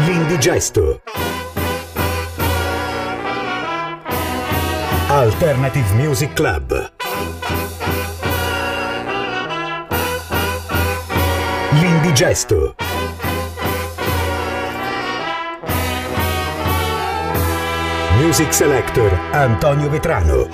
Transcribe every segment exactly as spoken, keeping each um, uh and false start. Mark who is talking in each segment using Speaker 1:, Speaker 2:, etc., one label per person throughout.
Speaker 1: L'Indigesto. Alternative Music Club. L'Indigesto. Music Selector Antonio Vetrano.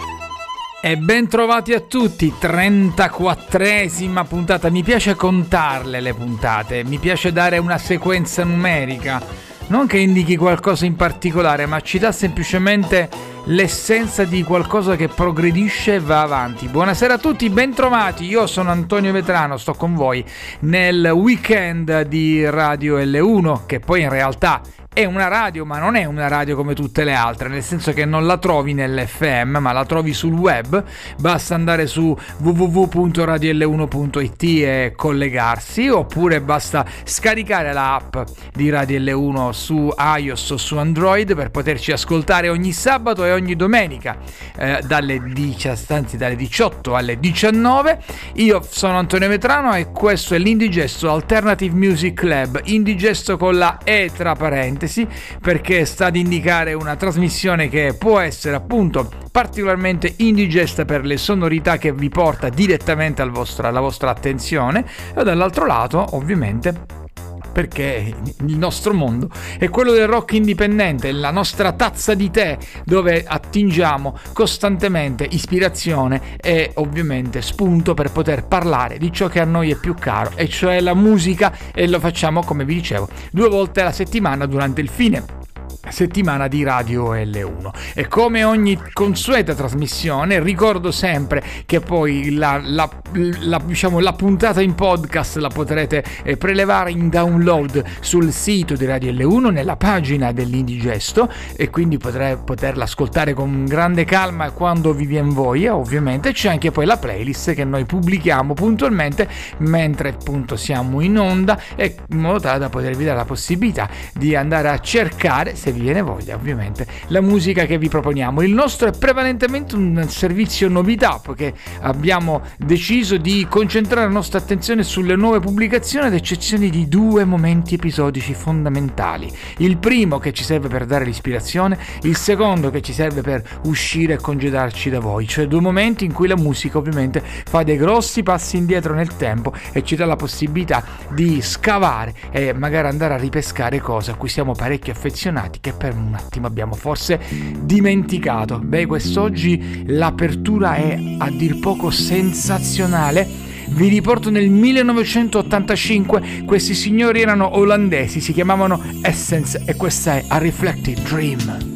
Speaker 2: E ben trovati a tutti, trentaquattresima puntata. Mi piace contarle le puntate, mi piace dare una sequenza numerica, non che indichi qualcosa in particolare, ma ci dà semplicemente l'essenza di qualcosa che progredisce e va avanti. Buonasera a tutti, ben trovati. Io sono Antonio Vetrano, sto con voi nel weekend di Radio L uno, che poi in realtà è una radio, ma non è una radio come tutte le altre, nel senso che non la trovi nell'F M, ma la trovi sul web. Basta andare su w w w punto radio l uno punto i t e collegarsi, oppure basta scaricare l'app di Radio L uno su iOS o su Android per poterci ascoltare ogni sabato e ogni domenica eh, dalle diciotto, anzi dalle diciotto alle diciannove. Io sono Antonio Vetrano e questo è l'Indigesto Alternative Music Club, Indigesto con la E tra parentesi, perché sta ad indicare una trasmissione che può essere appunto particolarmente indigesta per le sonorità che vi porta direttamente al vostro, alla vostra attenzione, e dall'altro lato ovviamente perché il nostro mondo è quello del rock indipendente, la nostra tazza di tè dove attingiamo costantemente ispirazione e ovviamente spunto per poter parlare di ciò che a noi è più caro, e cioè la musica, e lo facciamo, come vi dicevo, due volte alla settimana durante il fine settimana di Radio L uno. E come ogni consueta trasmissione ricordo sempre che poi la, la, la, diciamo, la puntata in podcast la potrete eh, prelevare in download sul sito di Radio L uno nella pagina dell'Indigesto, e quindi potrei poterla ascoltare con grande calma quando vi viene voglia. Ovviamente c'è anche poi la playlist che noi pubblichiamo puntualmente mentre appunto siamo in onda, e in modo tale da potervi dare la possibilità di andare a cercare, se vi viene voglia ovviamente, la musica che vi proponiamo. Il nostro è prevalentemente un servizio novità, perché abbiamo deciso di concentrare la nostra attenzione sulle nuove pubblicazioni, ad eccezione di due momenti episodici fondamentali: il primo che ci serve per dare l'ispirazione, il secondo che ci serve per uscire e congedarci da voi, cioè due momenti in cui la musica ovviamente fa dei grossi passi indietro nel tempo e ci dà la possibilità di scavare e magari andare a ripescare cose a cui siamo parecchio affezionati, che per un attimo abbiamo forse dimenticato. Beh, quest'oggi l'apertura è a dir poco sensazionale. Vi riporto nel millenovecentottantacinque, questi signori erano olandesi, si chiamavano Essence, e questa è A Reflected Dream.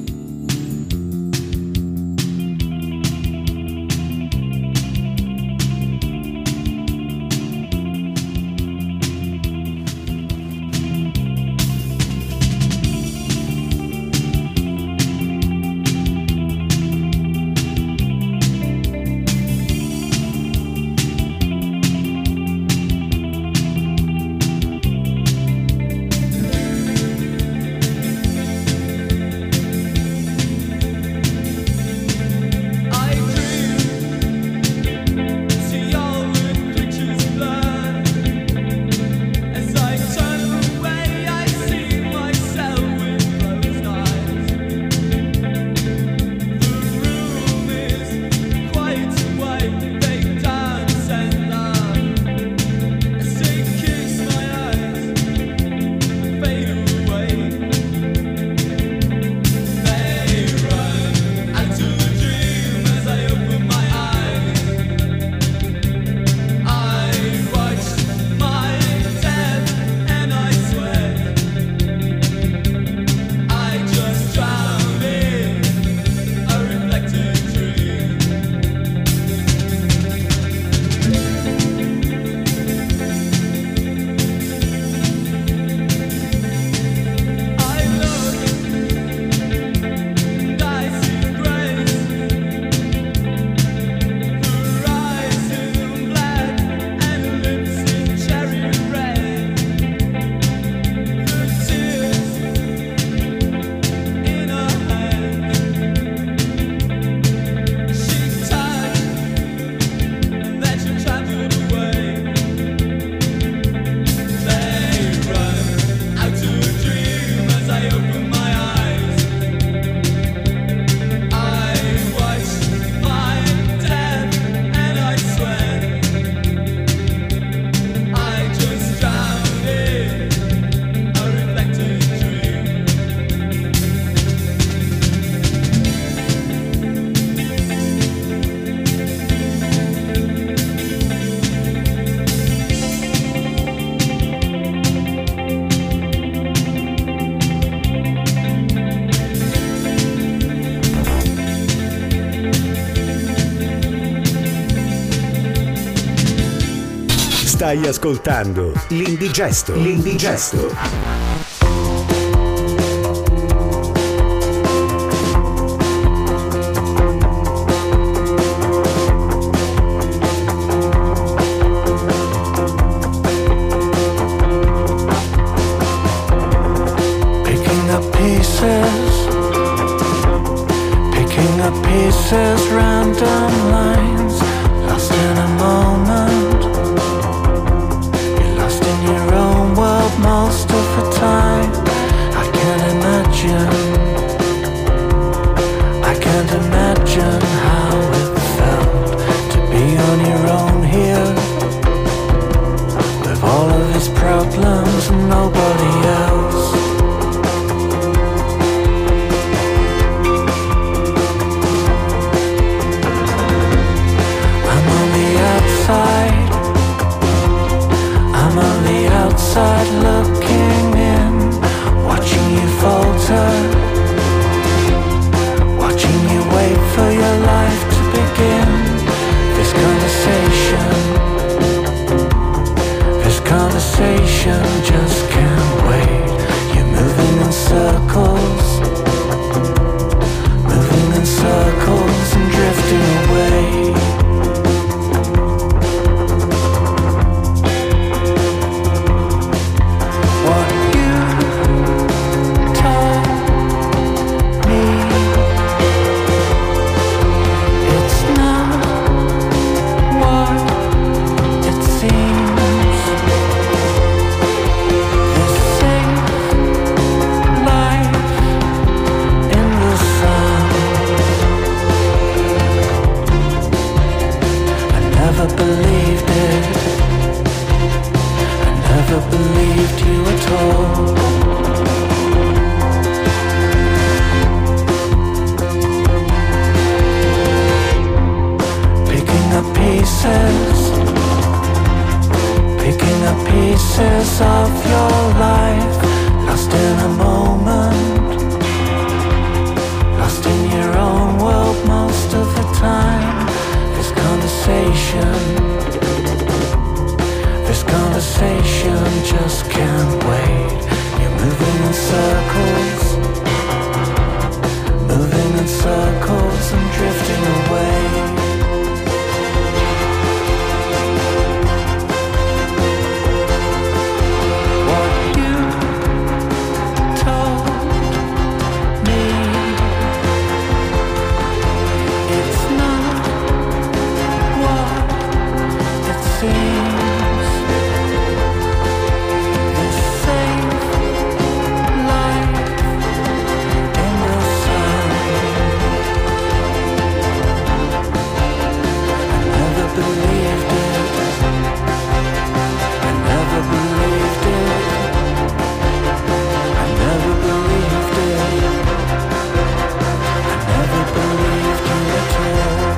Speaker 1: Stai ascoltando l'Indigesto. L'Indigesto.
Speaker 3: Pieces, random lines, lost in a moment. You're lost in your own world most of the time. I can't imagine, I can't imagine how it felt to be on your own here, with all of his problems and nobody else. I'm on the outside looking in, watching you falter, watching you wait for your life to begin. This conversation, this conversation just can't wait. You're moving in circles, moving in circles and drifting away. Believed it, I never believed you at all. Picking up pieces, picking up pieces of your life, lost in a moment, lost in your own world most of the time. This conversation, this conversation just can't wait. You're moving in circles, moving in circles and drifting away. What you told me, it's not what it seems. The safe life in the sun. I never believed it, I never believed it, I never believed it, I never believed you at all.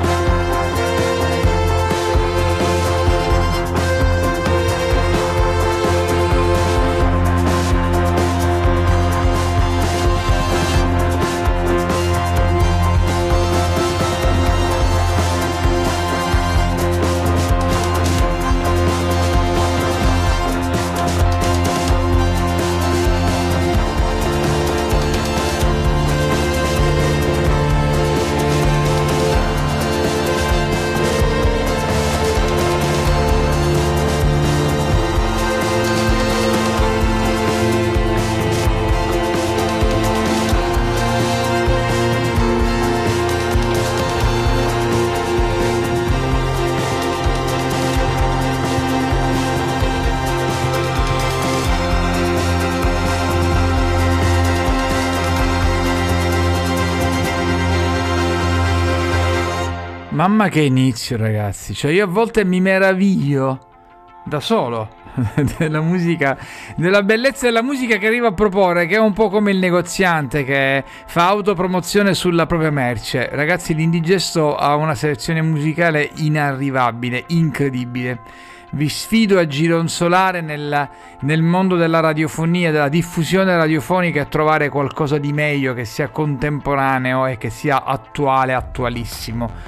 Speaker 2: Mamma che inizio, ragazzi, cioè io a volte mi meraviglio da solo della musica, della bellezza della musica che arriva a proporre, che è un po' come il negoziante che fa autopromozione sulla propria merce. Ragazzi, l'Indigesto ha una selezione musicale inarrivabile, incredibile. Vi sfido a gironzolare nel, nel mondo della radiofonia, della diffusione radiofonica, e a trovare qualcosa di meglio, che sia contemporaneo e che sia attuale, attualissimo.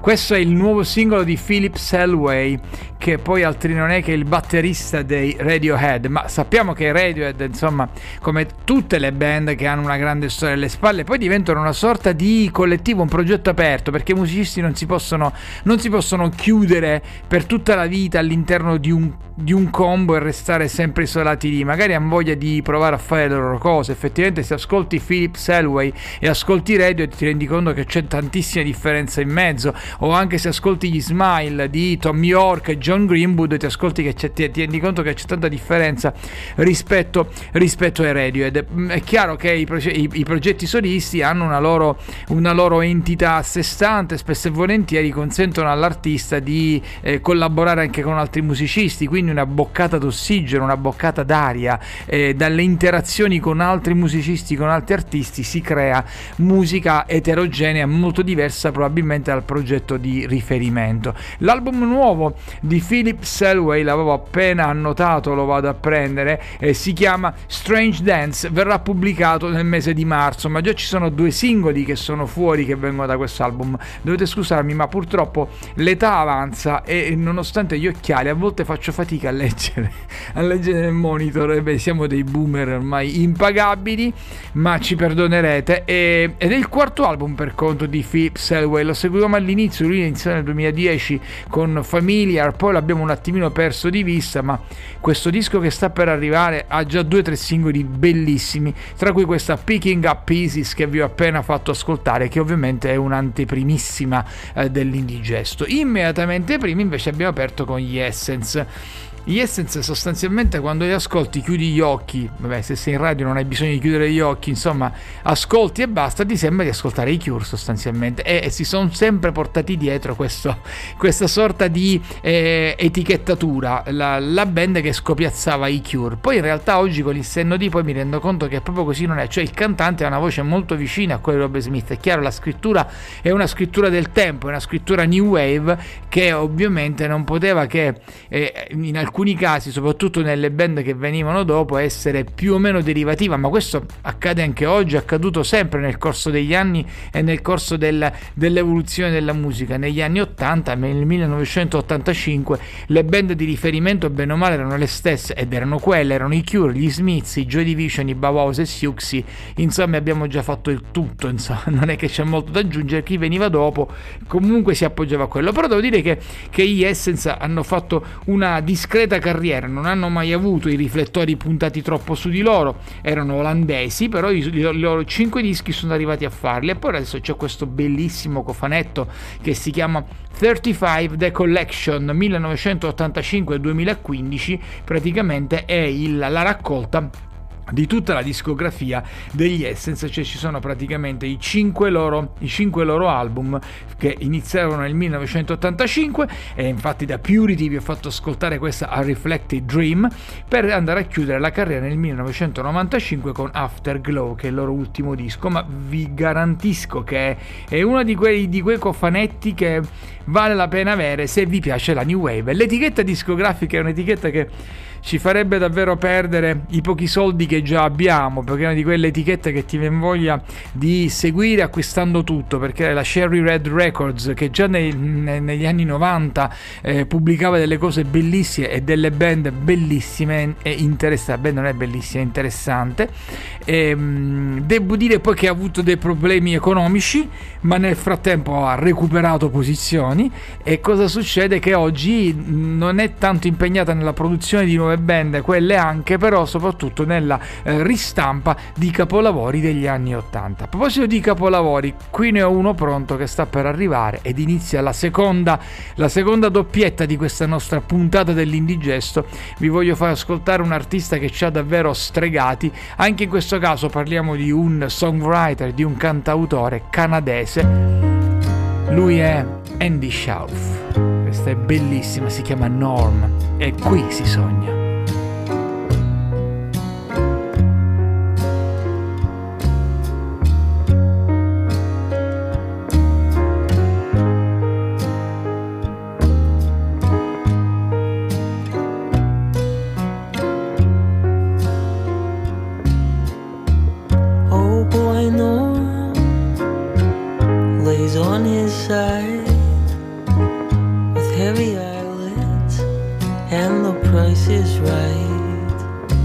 Speaker 2: Questo è il nuovo singolo di Philip Selway, che poi altri non è che il batterista dei Radiohead, ma sappiamo che i Radiohead, insomma, come tutte le band che hanno una grande storia alle spalle, poi diventano una sorta di collettivo, un progetto aperto, perché i musicisti non si possono, non si possono chiudere per tutta la vita all'interno di un, di un combo e restare sempre isolati lì. Magari hanno voglia di provare a fare le loro cose. Effettivamente, se ascolti Philip Selway e ascolti Radiohead ti rendi conto che c'è tantissima differenza in mezzo, o anche se ascolti gli Smile di Tom York e John Greenwood ti ascolti che c'è, ti, ti rendi conto che c'è tanta differenza rispetto, rispetto ai Radiohead. È chiaro che i, proge- i, i progetti solisti hanno una loro, una loro entità a sé stante, spesso e volentieri consentono all'artista di eh, collaborare anche con altri musicisti, quindi una boccata d'ossigeno, una boccata d'aria, eh, dalle interazioni con altri musicisti, con altri artisti si crea musica eterogenea molto diversa probabilmente dal progetto di riferimento. L'album nuovo di Philip Selway l'avevo appena annotato, lo vado a prendere, eh, si chiama Strange Dance, verrà pubblicato nel mese di marzo, ma già ci sono due singoli che sono fuori che vengono da questo album. Dovete scusarmi, ma purtroppo l'età avanza e nonostante gli occhiali a volte faccio fatica a leggere a leggere nel monitor. E beh, siamo dei boomer ormai impagabili, ma ci perdonerete. E, ed è il quarto album per conto di Philip Selway. Lo seguivamo all'inizio, lui iniziò nel duemiladieci con Familiar, poi l'abbiamo un attimino perso di vista, ma questo disco che sta per arrivare ha già due o tre singoli bellissimi, tra cui questa Picking Up Pieces che vi ho appena fatto ascoltare, che ovviamente è un'anteprimissima eh, dell'Indigesto. Immediatamente prima invece abbiamo aperto con gli Essence. Gli Essence sostanzialmente quando li ascolti chiudi gli occhi, vabbè, se sei in radio non hai bisogno di chiudere gli occhi, insomma ascolti e basta, ti sembra di ascoltare i Cure sostanzialmente, e, e si sono sempre portati dietro questo, questa sorta di eh, etichettatura, la, la band che scopiazzava i Cure. Poi in realtà oggi con il senno di poi mi rendo conto che proprio così non è, cioè il cantante ha una voce molto vicina a quella di Robert Smith. È chiaro, la scrittura è una scrittura del tempo, è una scrittura new wave che ovviamente non poteva che eh, in alcuni alcuni casi, soprattutto nelle band che venivano dopo, essere più o meno derivativa, ma questo accade anche oggi, è accaduto sempre nel corso degli anni e nel corso del, dell'evoluzione della musica. Negli anni ottanta, nel millenovecentottantacinque, le band di riferimento bene o male erano le stesse, ed erano quelle, erano i Cure, gli Smiths, i Joy Division, i Bauhaus e Siouxsie. Insomma abbiamo già fatto il tutto, insomma non è che c'è molto da aggiungere. Chi veniva dopo comunque si appoggiava a quello, però devo dire che, che gli Essence hanno fatto una discreta carriera, non hanno mai avuto i riflettori puntati troppo su di loro, erano olandesi, però i, i, i loro cinque dischi sono arrivati a farli, e poi adesso c'è questo bellissimo cofanetto che si chiama trentacinque The Collection millenovecentottantacinque duemilaquindici, praticamente è il, la raccolta di tutta la discografia degli Essence, cioè ci sono praticamente i cinque loro, i cinque loro album che iniziarono nel millenovecentottantacinque, e infatti da Purity vi ho fatto ascoltare questa A Reflected Dream, per andare a chiudere la carriera nel millenovecentonovantacinque con Afterglow, che è il loro ultimo disco. Ma vi garantisco che è uno di quei, di quei cofanetti che vale la pena avere se vi piace la new wave. L'etichetta discografica è un'etichetta che ci farebbe davvero perdere i pochi soldi che già abbiamo, perché è una di quelle etichette che ti viene voglia di seguire acquistando tutto, perché la Cherry Red Records, che già nei, ne, negli anni novanta eh, pubblicava delle cose bellissime e delle band bellissime e interessanti. La band non è bellissima, è interessante. E, mh, devo dire poi che ha avuto dei problemi economici, ma nel frattempo ha recuperato posizioni. E cosa succede? Che oggi non è tanto impegnata nella produzione di nuove band, quelle anche, però soprattutto nella eh, ristampa di capolavori degli anni ottanta. A proposito di capolavori, qui ne ho uno pronto che sta per arrivare, ed inizia la seconda la seconda doppietta di questa nostra puntata dell'Indigesto. Vi voglio far ascoltare un artista che ci ha davvero stregati. Anche in questo caso parliamo di un songwriter, di un cantautore canadese. Lui è Andy Shauf. Questa è bellissima, si chiama Norm, e qui si sogna.
Speaker 3: Oh boy, Norm lays on his side, Price is Right,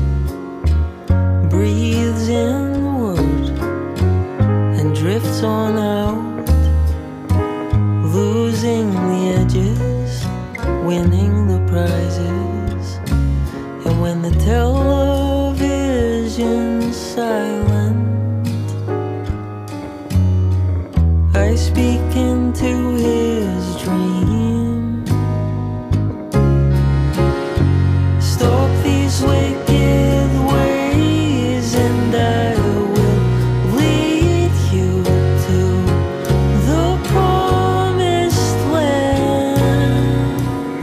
Speaker 3: breathes in the wood and drifts on out, losing the edges, winning the prizes. And when the television's silent, I speak into his dream. Stop these wicked ways and I will lead you to the promised land.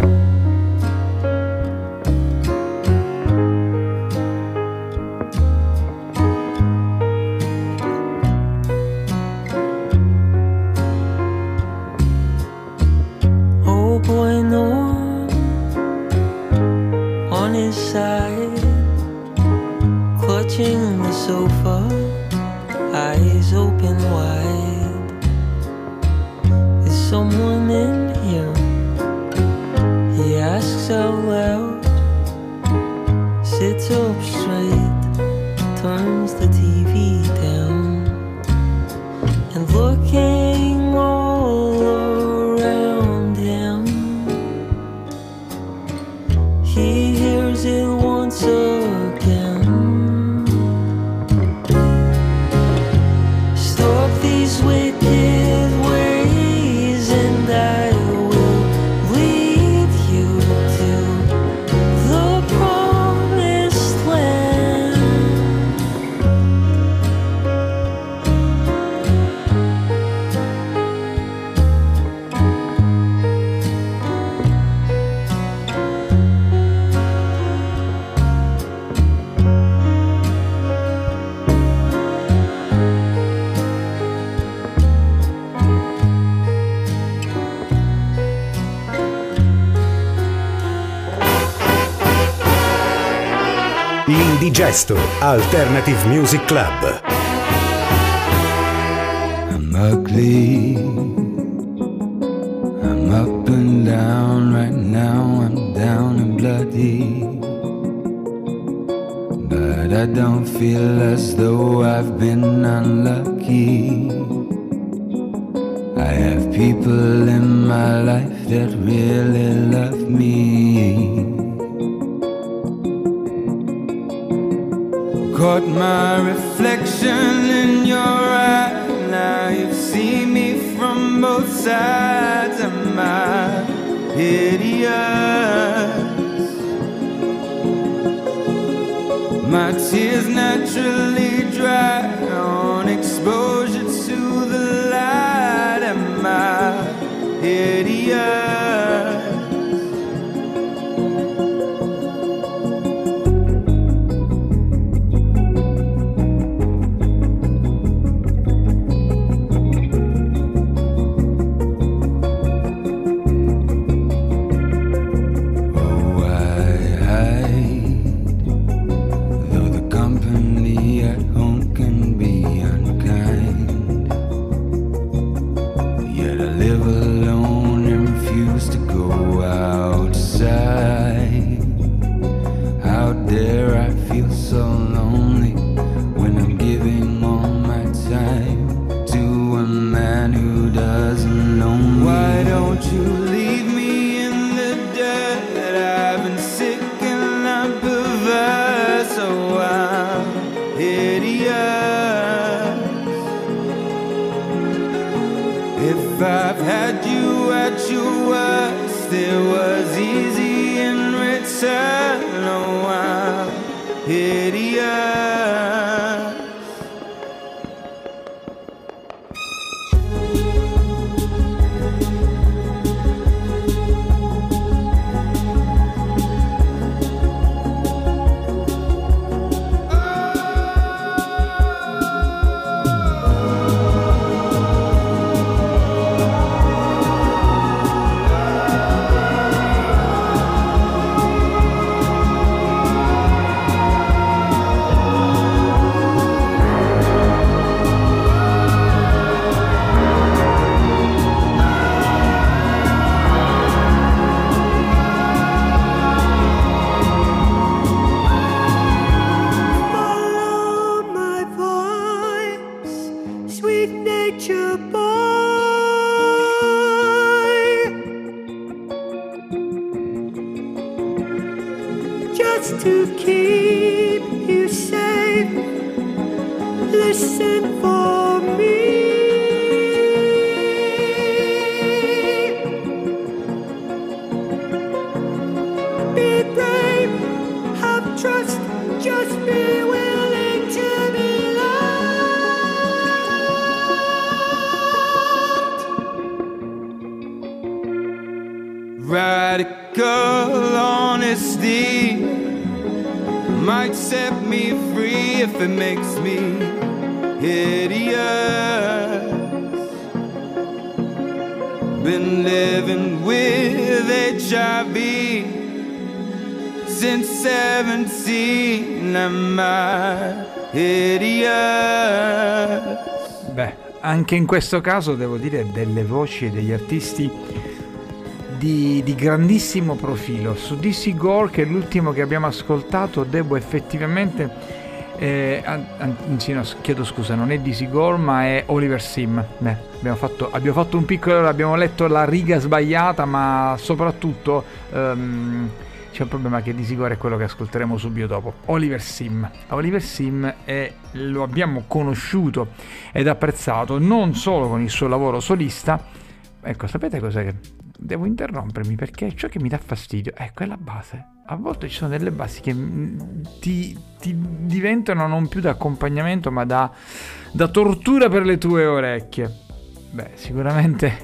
Speaker 3: Oh boy, Norm on his side, clutching the sofa, eyes open wide. Is someone in here? He asks out loud, sits up straight, turns the T V down, and looking all around him, he hears it once again. Stop these wicked ways and I will lead you to the promised land.
Speaker 1: L'indigesto Alternative Music Club.
Speaker 4: I'm ugly, I'm up and down right now, I'm down and bloody, but I don't feel as though I've been unlucky. I have people in my life that really love me. Caught my reflection in your eye. Now you've seen me from both sides. Am I hideous? My tears naturally dry on exposure to the light. Am I hideous? If I've had you at your worst, it was easy in return. Oh, I'm hideous.
Speaker 3: just to keep you safe. Listen for me. Be brave, have trust, just be willing to be loved.
Speaker 4: Radical honesty might set me free if it makes me hideous. Been living with H I V since seventeen, am I hideous?
Speaker 2: Beh, anche in questo caso devo dire delle voci e degli artisti di, di grandissimo profilo. Su Dizzy Gore, che è l'ultimo che abbiamo ascoltato, devo effettivamente eh, anzi no, chiedo scusa, non è Dizzy Gore ma è Oliver Sim. Beh, abbiamo fatto, abbiamo fatto un piccolo errore, abbiamo letto la riga sbagliata, ma soprattutto um, c'è un problema che Dizzy Gore è quello che ascolteremo subito dopo. Oliver Sim. Oliver Sim è, lo abbiamo conosciuto ed apprezzato non solo con il suo lavoro solista. Ecco, sapete cos'è che devo interrompermi, perché ciò che mi dà fastidio ecco è la base. A volte ci sono delle basi che ti, ti diventano non più da accompagnamento ma da, da tortura per le tue orecchie. Beh, sicuramente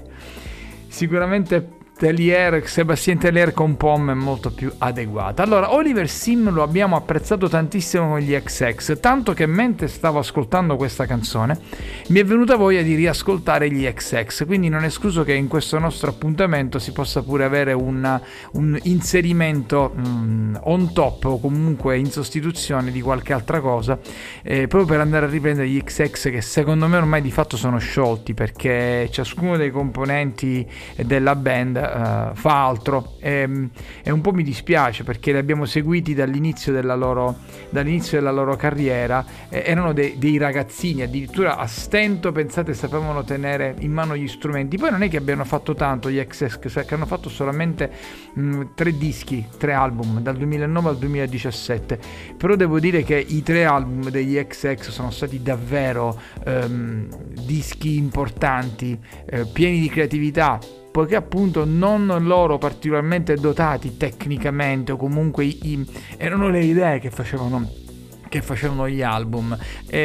Speaker 2: sicuramente Tellier, Sébastien Tellier con Pomme è molto più adeguata. Allora, Oliver Sim lo abbiamo apprezzato tantissimo con gli X X, tanto che mentre stavo ascoltando questa canzone mi è venuta voglia di riascoltare gli X X, quindi non è escluso che in questo nostro appuntamento si possa pure avere un, un inserimento mm, on top o comunque in sostituzione di qualche altra cosa, eh, proprio per andare a riprendere gli X X, che secondo me ormai di fatto sono sciolti, perché ciascuno dei componenti della band Uh, fa altro e, e un po' mi dispiace, perché li abbiamo seguiti dall'inizio della loro, dall'inizio della loro carriera, eh, erano dei, dei ragazzini, addirittura a stento, pensate, sapevano tenere in mano gli strumenti. Poi non è che abbiano fatto tanto gli X X, cioè che hanno fatto solamente mh, tre dischi, tre album dal duemilanove al duemiladiciassette, però devo dire che i tre album degli X X sono stati davvero um, dischi importanti, eh, pieni di creatività, poiché appunto non loro particolarmente dotati tecnicamente, o comunque i, i, erano le idee che facevano che facevano gli album.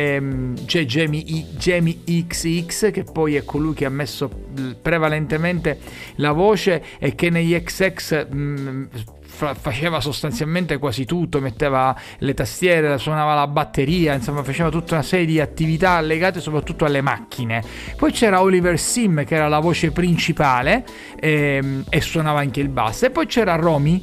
Speaker 2: E, c'è Jamie, Jamie X X, che poi è colui che ha messo prevalentemente la voce e che negli X X mh, faceva sostanzialmente quasi tutto, metteva le tastiere, suonava la batteria, insomma faceva tutta una serie di attività legate soprattutto alle macchine. Poi c'era Oliver Sim, che era la voce principale ehm, e suonava anche il basso, e poi c'era Romy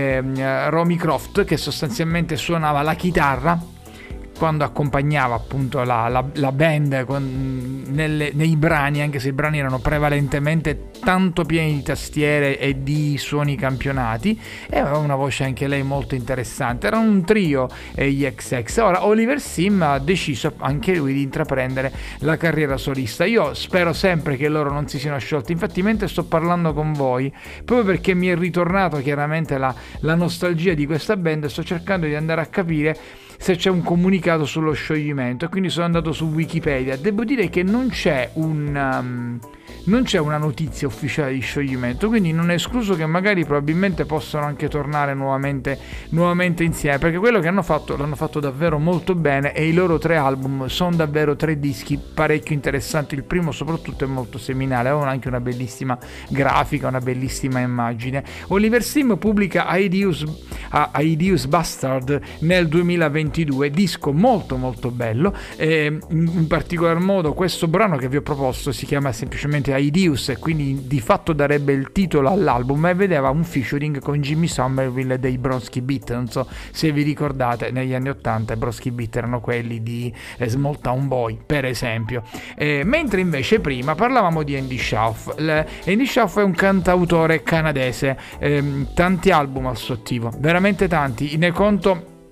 Speaker 2: ehm, Romy Croft, che sostanzialmente suonava la chitarra quando accompagnava appunto la, la, la band con, nelle, nei brani, anche se i brani erano prevalentemente tanto pieni di tastiere e di suoni campionati, e aveva una voce anche lei molto interessante. Era un trio eh, gli X X. Ora Oliver Sim ha deciso anche lui di intraprendere la carriera solista. Io spero sempre che loro non si siano sciolti, infatti mentre sto parlando con voi, proprio perché mi è ritornato chiaramente la, la nostalgia di questa band, sto cercando di andare a capire se c'è un comunicato sullo scioglimento, e quindi sono andato su Wikipedia. Devo dire che non c'è un um, non c'è una notizia ufficiale di scioglimento, quindi non è escluso che magari probabilmente possano anche tornare nuovamente nuovamente insieme, perché quello che hanno fatto l'hanno fatto davvero molto bene, e i loro tre album sono davvero tre dischi parecchio interessanti. Il primo soprattutto è molto seminale, avevano anche una bellissima grafica, una bellissima immagine. Oliver Sim pubblica Hideous, uh, Hideous Bastard nel duemilaventidue, disco molto molto bello, e in particolar modo questo brano che vi ho proposto si chiama semplicemente Hideous, e quindi di fatto darebbe il titolo all'album, e vedeva un featuring con Jimmy Somerville dei Bronski Beat. Non so se vi ricordate, negli anni ottanta i Bronski Beat erano quelli di eh, Small Town Boy, per esempio. Eh, mentre invece prima parlavamo di Andy Schauf. Le, Andy Schauf è un cantautore canadese, ehm, tanti album al suo attivo, veramente tanti, ne conto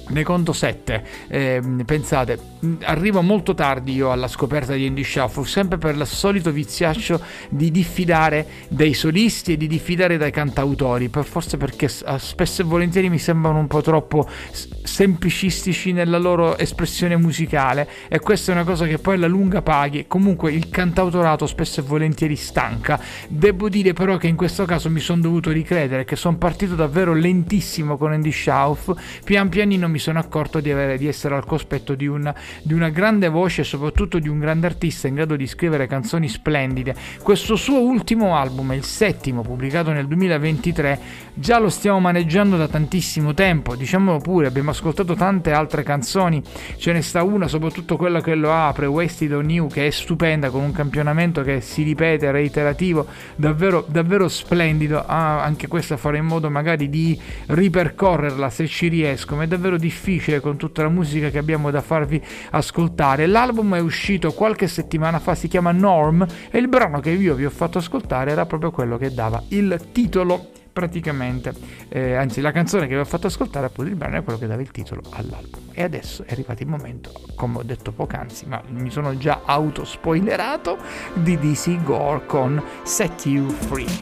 Speaker 2: Ne conto sette, eh, pensate, arrivo molto tardi io alla scoperta di Andy Shuffle, sempre per il solito viziaccio di diffidare dai solisti e di diffidare dai cantautori, per forse perché spesso e volentieri mi sembrano un po' troppo semplicistici nella loro espressione musicale, e questa è una cosa che poi alla lunga paghi. Comunque il cantautorato spesso e volentieri stanca. Devo dire però che in questo caso mi sono dovuto ricredere, che sono partito davvero lentissimo con Andy Shuffle, pian pianino mi sono accorto di, avere, di essere al cospetto di una, di una grande voce e soprattutto di un grande artista in grado di scrivere canzoni splendide. Questo suo ultimo album, il settimo, pubblicato nel duemilaventitré, già lo stiamo maneggiando da tantissimo tempo, diciamolo pure, abbiamo ascoltato tante altre canzoni, ce ne sta una, soprattutto quella che lo apre, Wasted on You, che è stupenda, con un campionamento che si ripete, reiterativo, davvero, davvero splendido. Ah, anche questa farò in modo magari di ripercorrerla se ci riesco, ma è davvero difficile con tutta la musica che abbiamo da farvi ascoltare. L'album è uscito qualche settimana fa, si chiama Norm, e il brano che io vi ho fatto ascoltare era proprio quello che dava il titolo, praticamente, eh, anzi la canzone che vi ho fatto ascoltare, appunto il brano, è quello che dava il titolo all'album. E adesso è arrivato il momento, come ho detto poc'anzi, ma mi sono già auto-spoilerato, di Dizzy Gore con Set You Free.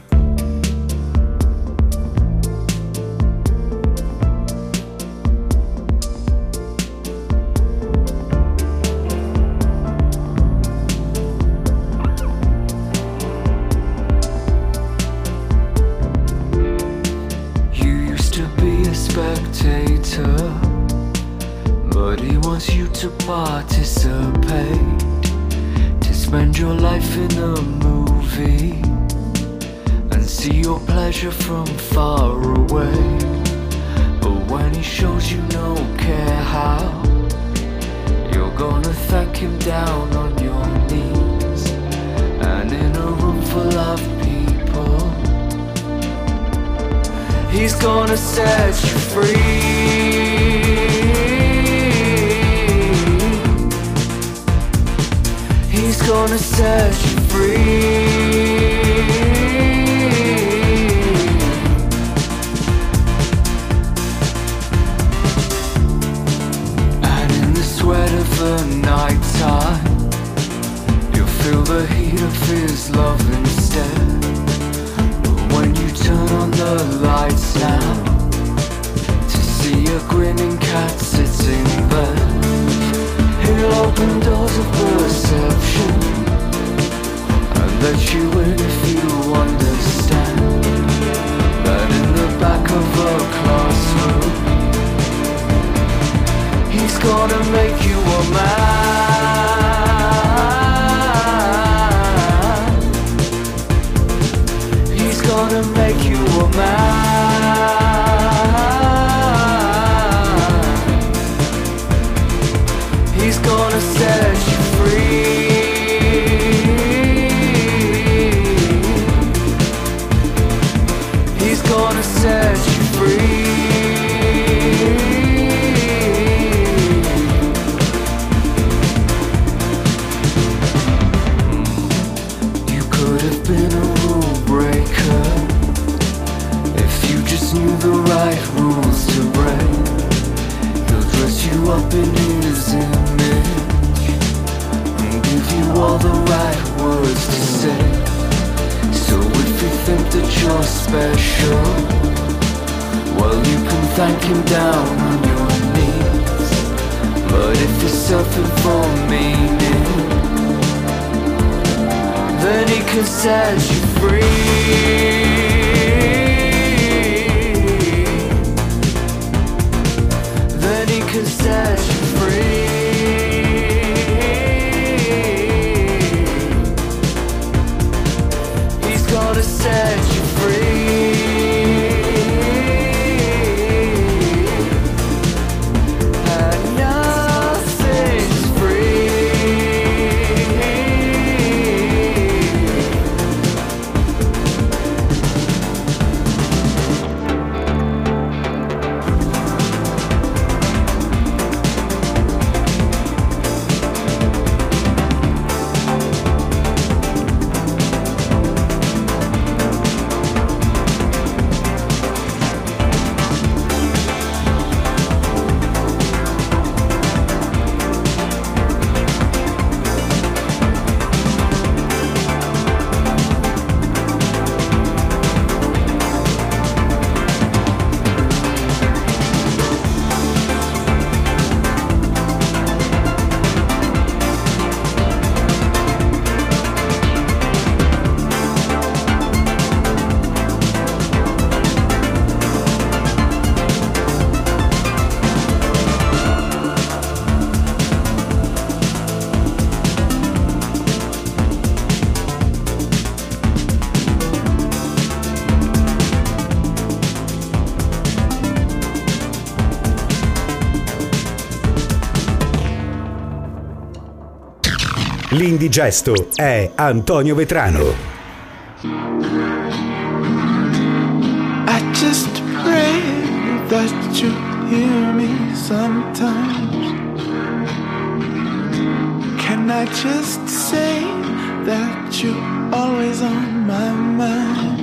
Speaker 3: But he wants you to participate, to spend your life in a movie and see your pleasure from far away. But when he shows you no care how, you're gonna thank him down on your knees. And in a room full of people, he's gonna set you free. He's gonna set you free. And in the sweat of the night time, you'll feel the heat of his love instead. But when you turn on the lights now, to see a grinning cat sitting there, he'll open doors of perception and let you in if you understand that in the back of a classroom, he's gonna make you a man. He's gonna make you a man. He's gonna set you free. He's gonna set you free. You could have been a rule breaker if you just knew the right rules to break. He'll dress you up in his image and give you all the right words to say. So if you think that you're special, well, you can thank him down on your knees. But if you're searching for meaning, then he can set you free. Then he can set you free. He's gonna set you free. And nothing's free.
Speaker 1: L'indigesto è Antonio Vetrano.
Speaker 3: I just pray that you hear me sometimes. Can I just say that you're always on my mind?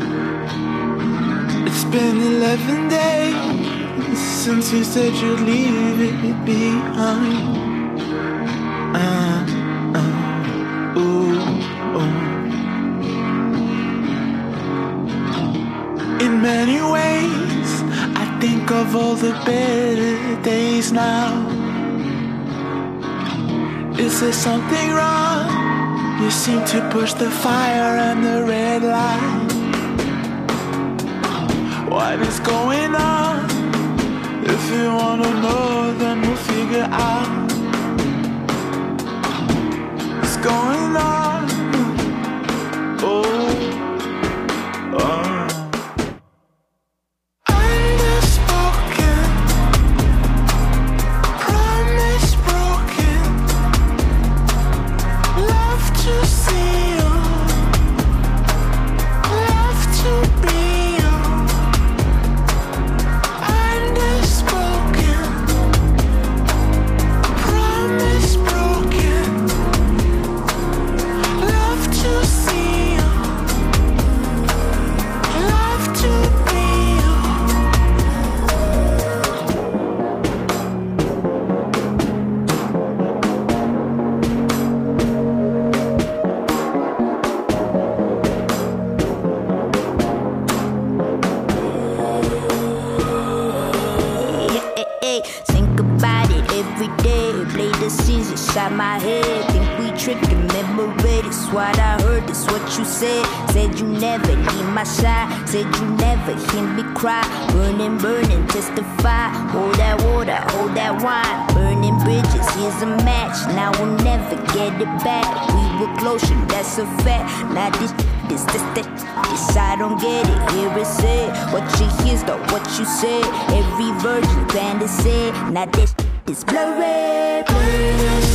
Speaker 3: It's been eleven days since you said you'd leave it behind. Uh, uh, ooh, ooh. In many ways, I think of all the better days now. Is there something wrong? You seem to push the fire and the red light. What is going on? If you wanna know, then we'll figure out what's going on. Oh, oh.
Speaker 5: My head, think we tricking memory. This what I heard, this what you said. Said you never leave my side. Said you never hear me cry. Burning, burning, testify. Hold that water, hold that wine. Burning bridges, here's a match. Now we'll never get it back. We were close, and that's a fact. Now this, this, this, this, this I don't get it. Here it said, what you hear's not what you said. Every virgin trying to say, now this is blurry, blurry.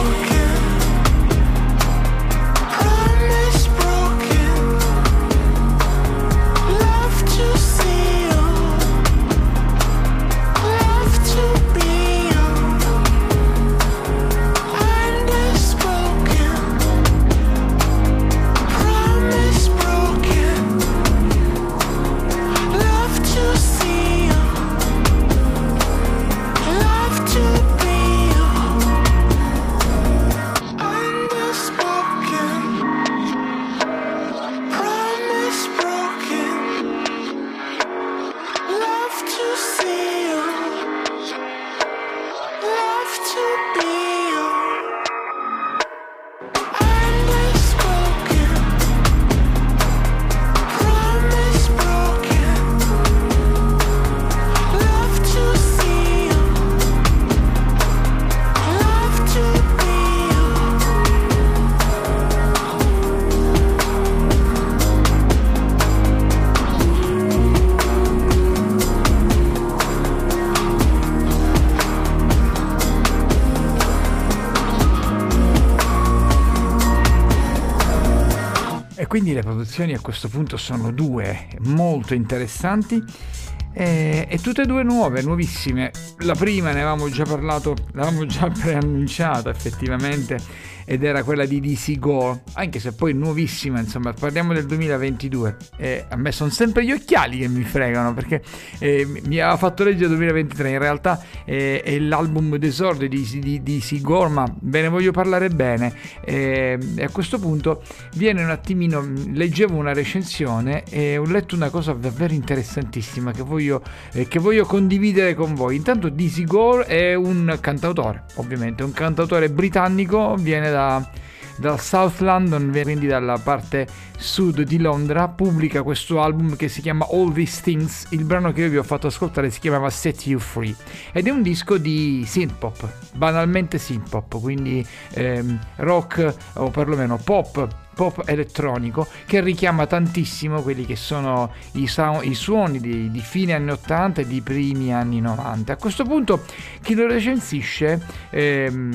Speaker 2: Quindi le produzioni a questo punto sono due, molto interessanti e, e tutte e due nuove, nuovissime. La prima ne avevamo già parlato, l'avevamo già preannunciata effettivamente, ed era quella di D C Gore, anche se poi nuovissima, insomma, parliamo del duemilaventidue. E a me sono sempre gli occhiali che mi fregano, perché eh, mi aveva fatto leggere duemilaventitré, in realtà eh, è l'album d'esordio di, di, di D C Gore, ma ve ne voglio parlare bene. E, e a questo punto viene un attimino, leggevo una recensione e ho letto una cosa davvero interessantissima che voglio, eh, che voglio condividere con voi. Intanto D C Gore è un cantautore, ovviamente un cantautore britannico, viene da, dal South London, quindi dalla parte sud di Londra. Pubblica questo album che si chiama All These Things. Il brano che io vi ho fatto ascoltare si chiamava Set You Free ed è un disco di synthpop, banalmente synthpop, quindi ehm, rock o perlomeno pop pop elettronico, che richiama tantissimo quelli che sono i, su- i suoni di, di fine anni ottanta e di primi anni novanta. A questo punto chi lo recensisce ehm,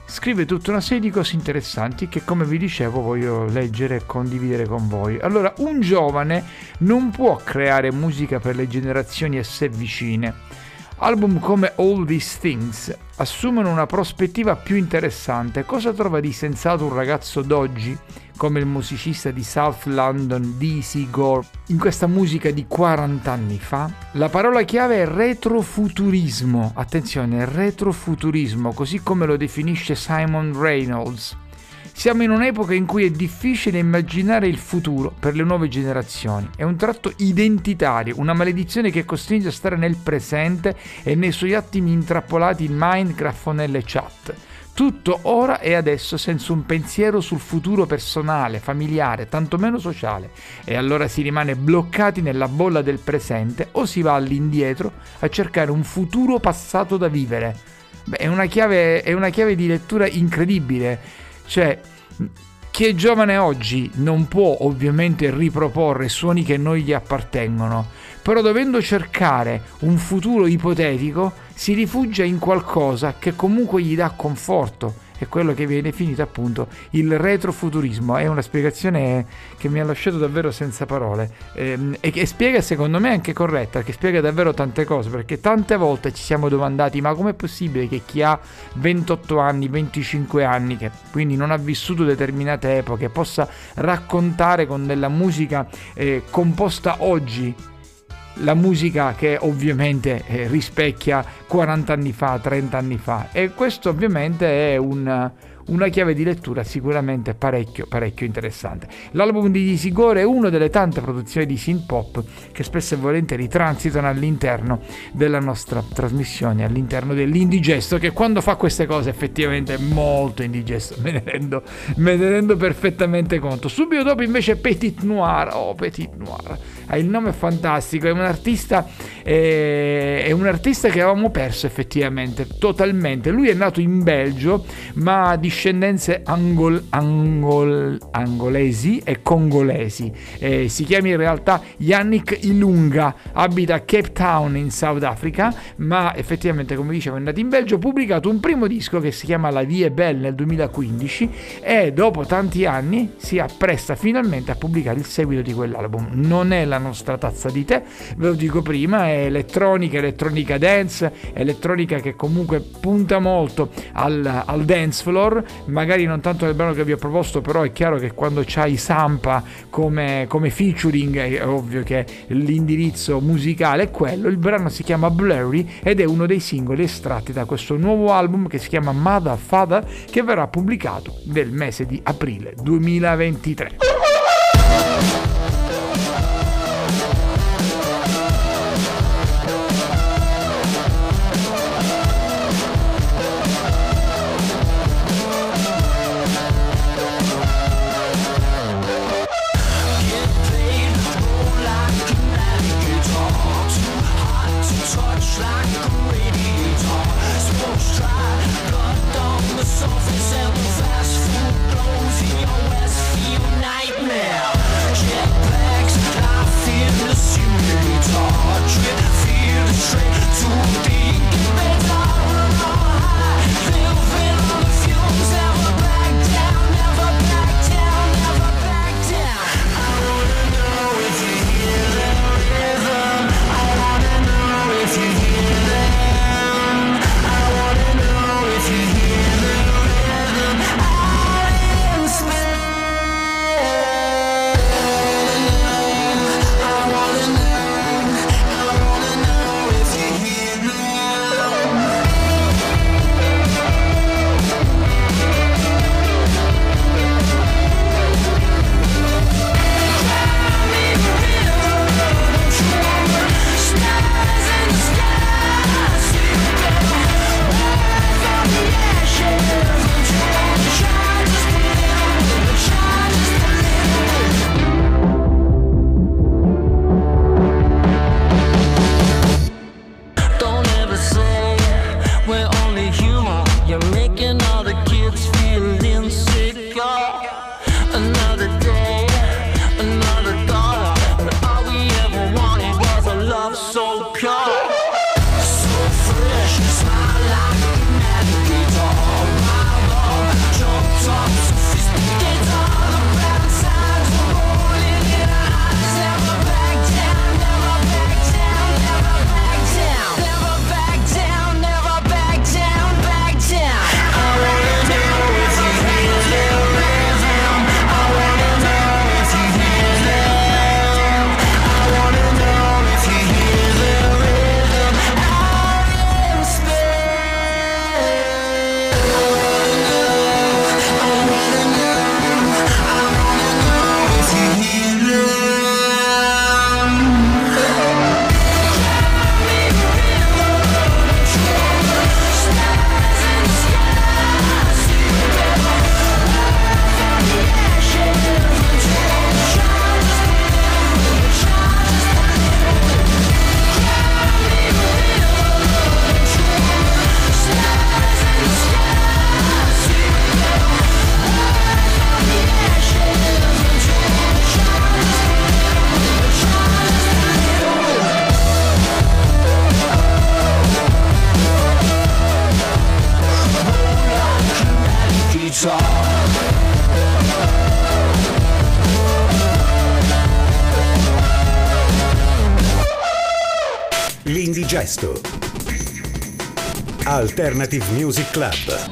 Speaker 2: scrive tutta una serie di cose interessanti che, come vi dicevo, voglio leggere e condividere con voi. Allora, un giovane non può creare musica per le generazioni a sé vicine. Album come All These Things assumono una prospettiva più interessante. Cosa trova di sensato un ragazzo d'oggi, come il musicista di South London D C Gore, in questa musica di quaranta anni fa? La parola chiave è retrofuturismo. Attenzione, retrofuturismo, così come lo definisce Simon Reynolds. Siamo in un'epoca in cui è difficile immaginare il futuro per le nuove generazioni. È un tratto identitario, una maledizione che costringe a stare nel presente e nei suoi attimi intrappolati in Minecraft o nelle chat. Tutto ora e adesso, senza un pensiero sul futuro personale, familiare, tantomeno sociale. E allora si rimane bloccati nella bolla del presente o si va all'indietro a cercare un futuro passato da vivere. Beh, è una chiave, è una chiave di lettura incredibile. Cioè, chi è giovane oggi non può ovviamente riproporre suoni che non gli appartengono, però dovendo cercare un futuro ipotetico si rifugia in qualcosa che comunque gli dà conforto. È quello che viene definito appunto il retrofuturismo. È una spiegazione che mi ha lasciato davvero senza parole, ehm, e che spiega, secondo me, anche corretta, che spiega davvero tante cose, perché tante volte ci siamo domandati: ma com'è possibile che chi ha ventotto anni, venticinque anni, che quindi non ha vissuto determinate epoche, possa raccontare con della musica eh, composta oggi, la musica che ovviamente eh, rispecchia quaranta anni fa, trenta anni fa? E questo ovviamente è un, una chiave di lettura sicuramente parecchio parecchio interessante. L'album di D C Gore è una delle tante produzioni di synth pop che spesso e volentieri transitano all'interno della nostra trasmissione, all'interno dell'indigesto, che quando fa queste cose effettivamente è molto indigesto, me ne rendo, me ne rendo perfettamente conto. Subito dopo invece Petit Noir. Oh, Petit Noir ha il nome fantastico, è un artista eh, è un artista che avevamo perso effettivamente totalmente. Lui è nato in Belgio ma ha discendenze angol, angol, angolesi e congolesi. Eh, si chiama in realtà Yannick Ilunga, abita a Cape Town in South Africa, ma effettivamente, come dicevo, è nato in Belgio. Ha pubblicato un primo disco che si chiama La Vie Belle nel duemilaquindici e dopo tanti anni si appresta finalmente a pubblicare il seguito di quell'album. Non è la nostra tazza di tè, ve lo dico prima, è elettronica, elettronica dance, elettronica che comunque punta molto al, al dance floor, magari non tanto nel brano che vi ho proposto, però è chiaro che quando c'hai Sampa come, come featuring è ovvio che l'indirizzo musicale è quello. Il brano si chiama Blurry ed è uno dei singoli estratti da questo nuovo album che si chiama Mother Father, che verrà pubblicato nel mese di aprile duemilaventitré.
Speaker 3: Surface and the fast food blows in your Westfield nightmare. Check
Speaker 1: Indigesto. Alternative Music Club.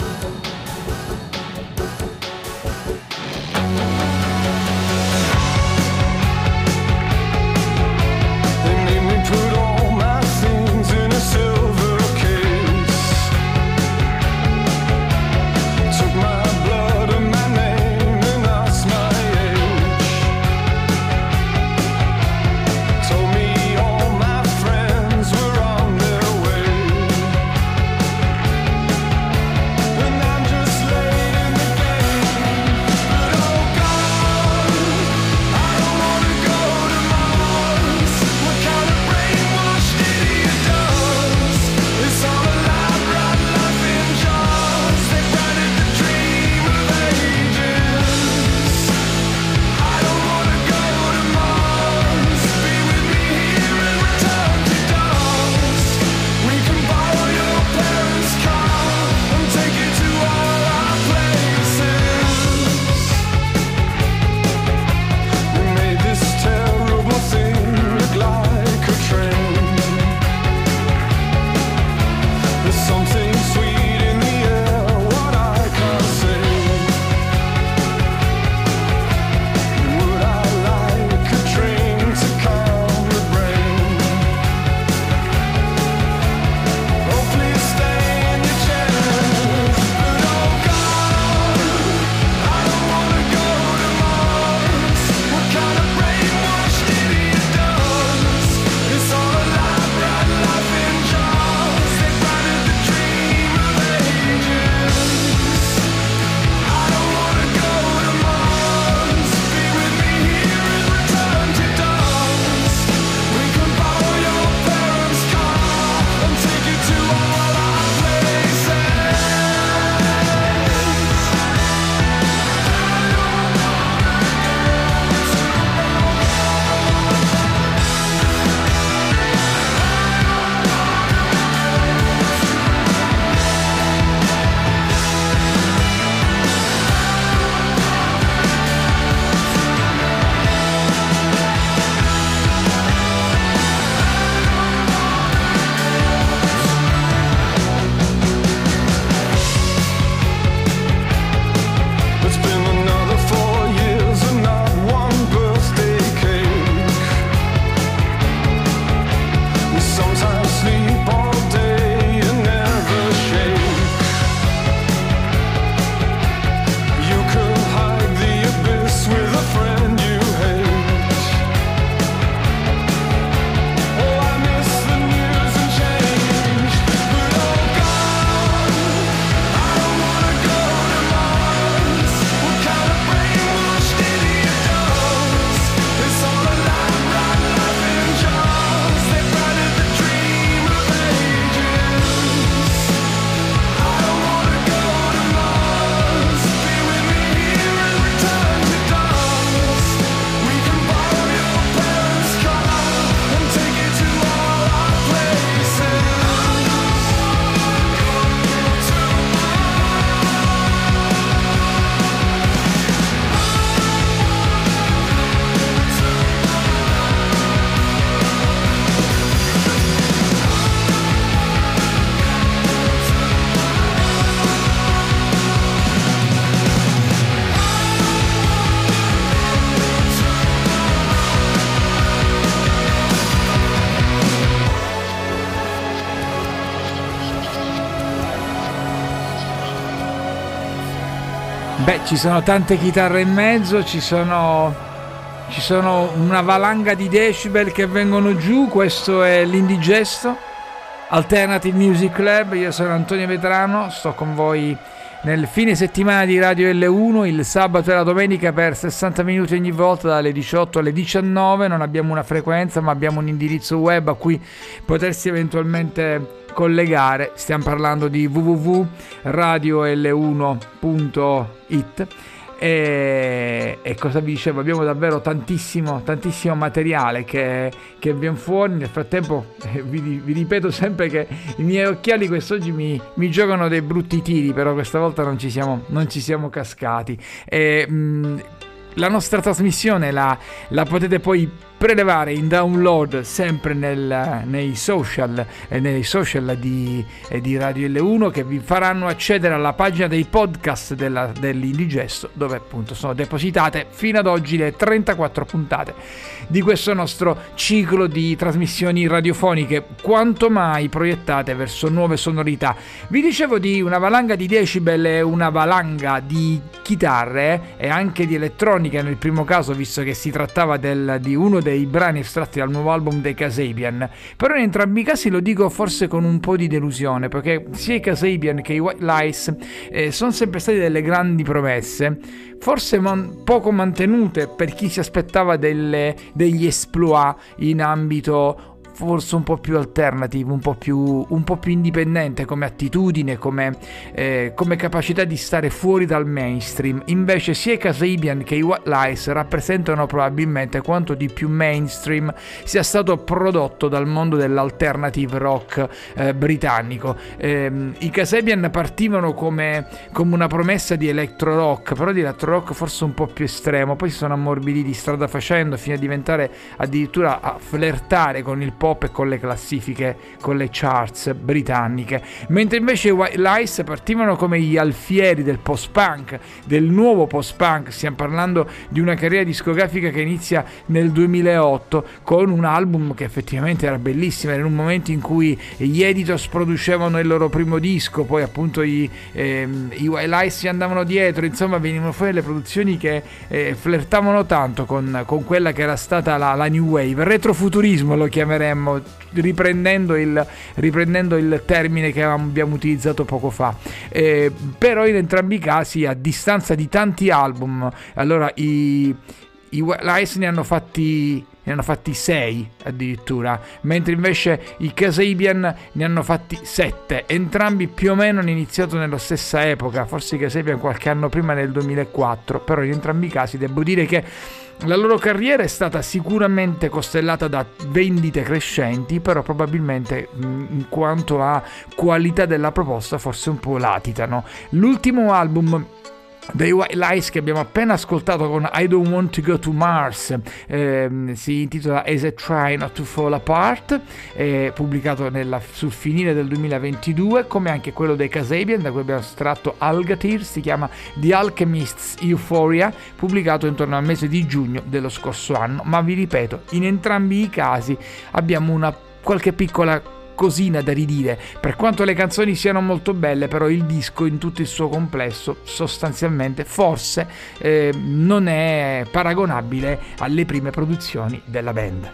Speaker 2: Beh, ci sono tante chitarre in mezzo, ci sono, ci sono una valanga di decibel che vengono giù. Questo è l'Indigesto, Alternative Music Club. Io sono Antonio Vetrano, sto con voi nel fine settimana di Radio L uno, il sabato e la domenica per sessanta minuti ogni volta dalle diciotto alle diciannove. Non abbiamo una frequenza, ma abbiamo un indirizzo web a cui potersi eventualmente collegare. Stiamo parlando di w w w punto radio l uno punto i t e, e cosa vi dicevo, abbiamo davvero tantissimo tantissimo materiale che, che viene fuori. Nel frattempo eh, vi, vi ripeto sempre che i miei occhiali quest'oggi mi, mi giocano dei brutti tiri, però questa volta non ci siamo, non ci siamo cascati. E, mh, la nostra trasmissione la, la potete poi prelevare in download sempre nel, nei social eh, nei social di, eh, di Radio L uno, che vi faranno accedere alla pagina dei podcast della, dell'Indigesto, dove appunto sono depositate fino ad oggi le trentaquattro puntate di questo nostro ciclo di trasmissioni radiofoniche, quanto mai proiettate verso nuove sonorità. Vi dicevo di una valanga di decibel e una valanga di chitarre e anche di elettronica nel primo caso, visto che si trattava del, di uno dei brani estratti dal nuovo album dei Kasabian. Però in entrambi i casi lo dico forse con un po' di delusione, perché sia i Kasabian che i White Lies eh, sono sempre stati delle grandi promesse, forse man- poco mantenute per chi si aspettava delle, degli exploit in ambito forse un po' più alternativo, un po' più, un po' più indipendente come attitudine, come, eh, come capacità di stare fuori dal mainstream. Invece sia i Kasabian che i White Lies rappresentano probabilmente quanto di più mainstream sia stato prodotto dal mondo dell'alternative rock eh, britannico. Eh, I Kasabian partivano come, come una promessa di electro rock, però di electro rock forse un po' più estremo, poi si sono ammorbiditi strada facendo fino a diventare addirittura a flirtare con il pop e con le classifiche, con le charts britanniche, mentre invece i White Lies partivano come gli alfieri del post-punk, del nuovo post-punk. Stiamo parlando di una carriera discografica che inizia nel duemilaotto con un album che effettivamente era bellissimo, era in un momento in cui gli Editors producevano il loro primo disco, poi appunto i, ehm, i White Lies si andavano dietro, insomma venivano fuori le produzioni che eh, flirtavano tanto con, con quella che era stata la, la New Wave, retrofuturismo lo chiameremo, riprendendo il, riprendendo il termine che abbiamo utilizzato poco fa. Eh, però in entrambi i casi, a distanza di tanti album, allora i, i White Lies ne hanno fatti ne hanno fatti sei addirittura, mentre invece i Kasabian ne hanno fatti sette, entrambi più o meno hanno iniziato nella stessa epoca, forse i Kasabian qualche anno prima, nel duemilaquattro, però in entrambi i casi devo dire che la loro carriera è stata sicuramente costellata da vendite crescenti, però probabilmente in quanto a qualità della proposta forse un po' latitano. L'ultimo album dei White Lies che abbiamo appena ascoltato con I Don't Want to Go to Mars eh, si intitola As I Try Not to Fall Apart, eh, pubblicato nella, sul finire del duemilaventidue, come anche quello dei Kasabian da cui abbiamo estratto Algatir, si chiama The Alchemist's Euphoria, pubblicato intorno al mese di giugno dello scorso anno. Ma vi ripeto, in entrambi i casi abbiamo una qualche piccola cosina da ridire, per quanto le canzoni siano molto belle, però il disco in tutto il suo complesso sostanzialmente forse eh, non è paragonabile alle prime produzioni della band.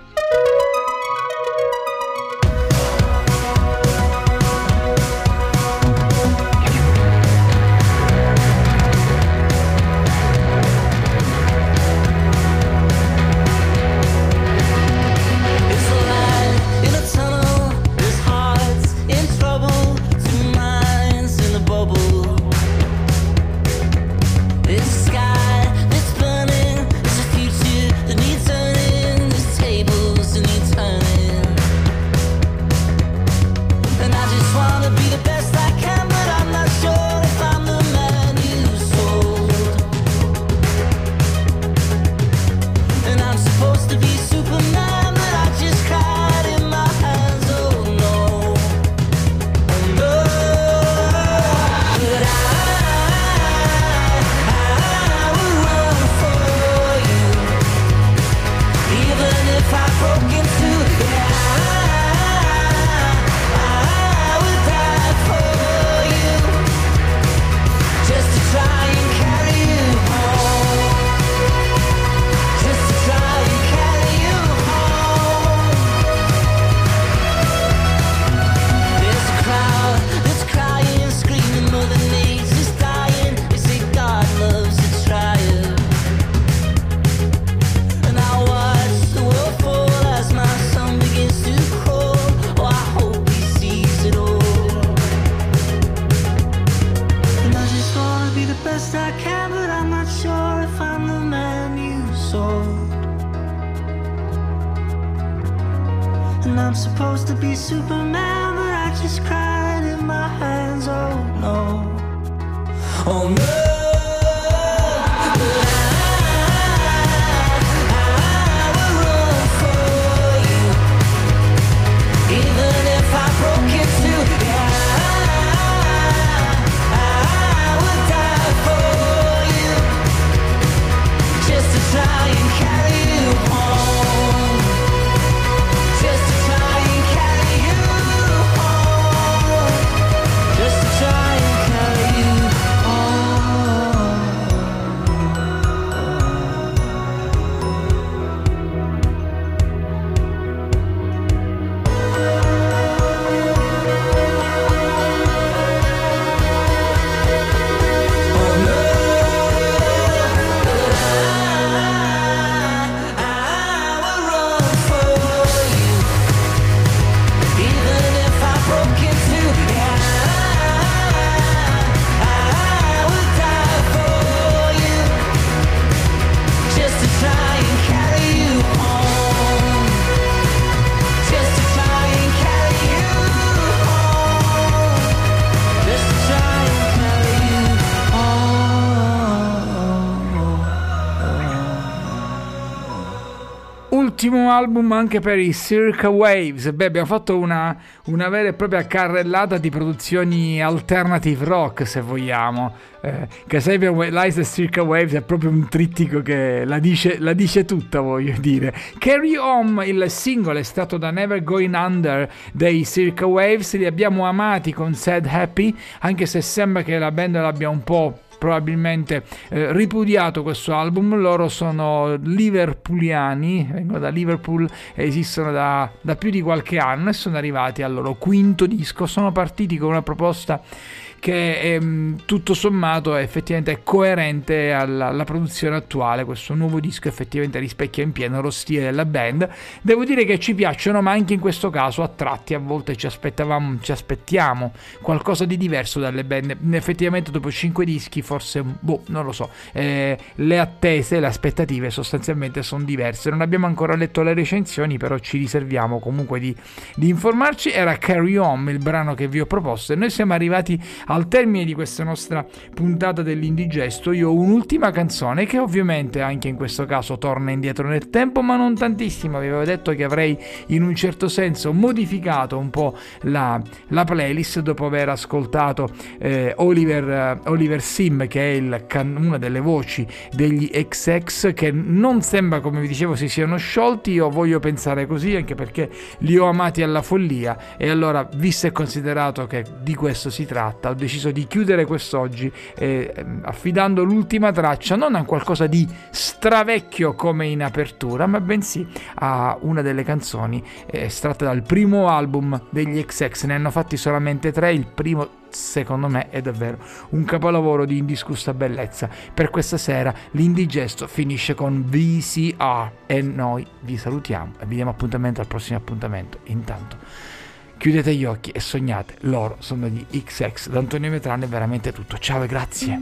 Speaker 2: And I'm supposed to be Superman, but I just cried in my hands. Oh no, oh no. I, I will run ultimo album anche per i Circa Waves. Beh, abbiamo fatto una, una vera e propria carrellata di produzioni alternative rock, se vogliamo. Eh, Kasabian Lies e Circa Waves è proprio un trittico che la dice, la dice tutta, voglio dire. Carry On, il singolo estratto da Never Going Under dei Circa Waves, li abbiamo amati con Sad Happy, anche se sembra che la band l'abbia un po' probabilmente eh, ripudiato questo album. Loro sono liverpooliani, vengono da Liverpool, esistono da, da più di qualche anno e sono arrivati al loro quinto disco. Sono partiti con una proposta che è, tutto sommato effettivamente è coerente alla, alla produzione attuale. Questo nuovo disco effettivamente rispecchia in pieno lo stile della band. Devo dire che ci piacciono, ma anche in questo caso a tratti a volte ci aspettavamo ci aspettiamo qualcosa di diverso dalle band. Effettivamente dopo cinque dischi forse, boh, non lo so, eh, le attese, le aspettative sostanzialmente sono diverse. Non abbiamo ancora letto le recensioni, però ci riserviamo comunque di, di informarci. Era Carry On il brano che vi ho proposto e noi siamo arrivati al termine di questa nostra puntata dell'Indigesto. Io ho un'ultima canzone che ovviamente anche in questo caso torna indietro nel tempo, ma non tantissimo. Vi avevo detto che avrei in un certo senso modificato un po' la, la playlist dopo aver ascoltato eh, Oliver, uh, Oliver Sim, che è il can- una delle voci degli X X, che non sembra, come vi dicevo, si siano sciolti. Io voglio pensare così, anche perché li ho amati alla follia, e allora, visto e considerato che di questo si tratta, ho deciso di chiudere quest'oggi eh, affidando l'ultima traccia non a qualcosa di stravecchio come in apertura, ma bensì a una delle canzoni eh, estratte dal primo album degli X X. Ne hanno fatti solamente tre. Il primo, secondo me, è davvero un capolavoro di indiscussa bellezza. Per questa sera l'Indigesto finisce con V C R e noi vi salutiamo e vi diamo appuntamento al prossimo appuntamento. Intanto chiudete gli occhi e sognate, loro sono gli X X. Da Antonio Vetrano è veramente tutto. Ciao e grazie.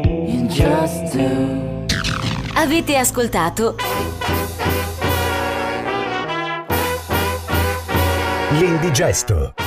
Speaker 6: Avete ascoltato
Speaker 1: L'Indigesto.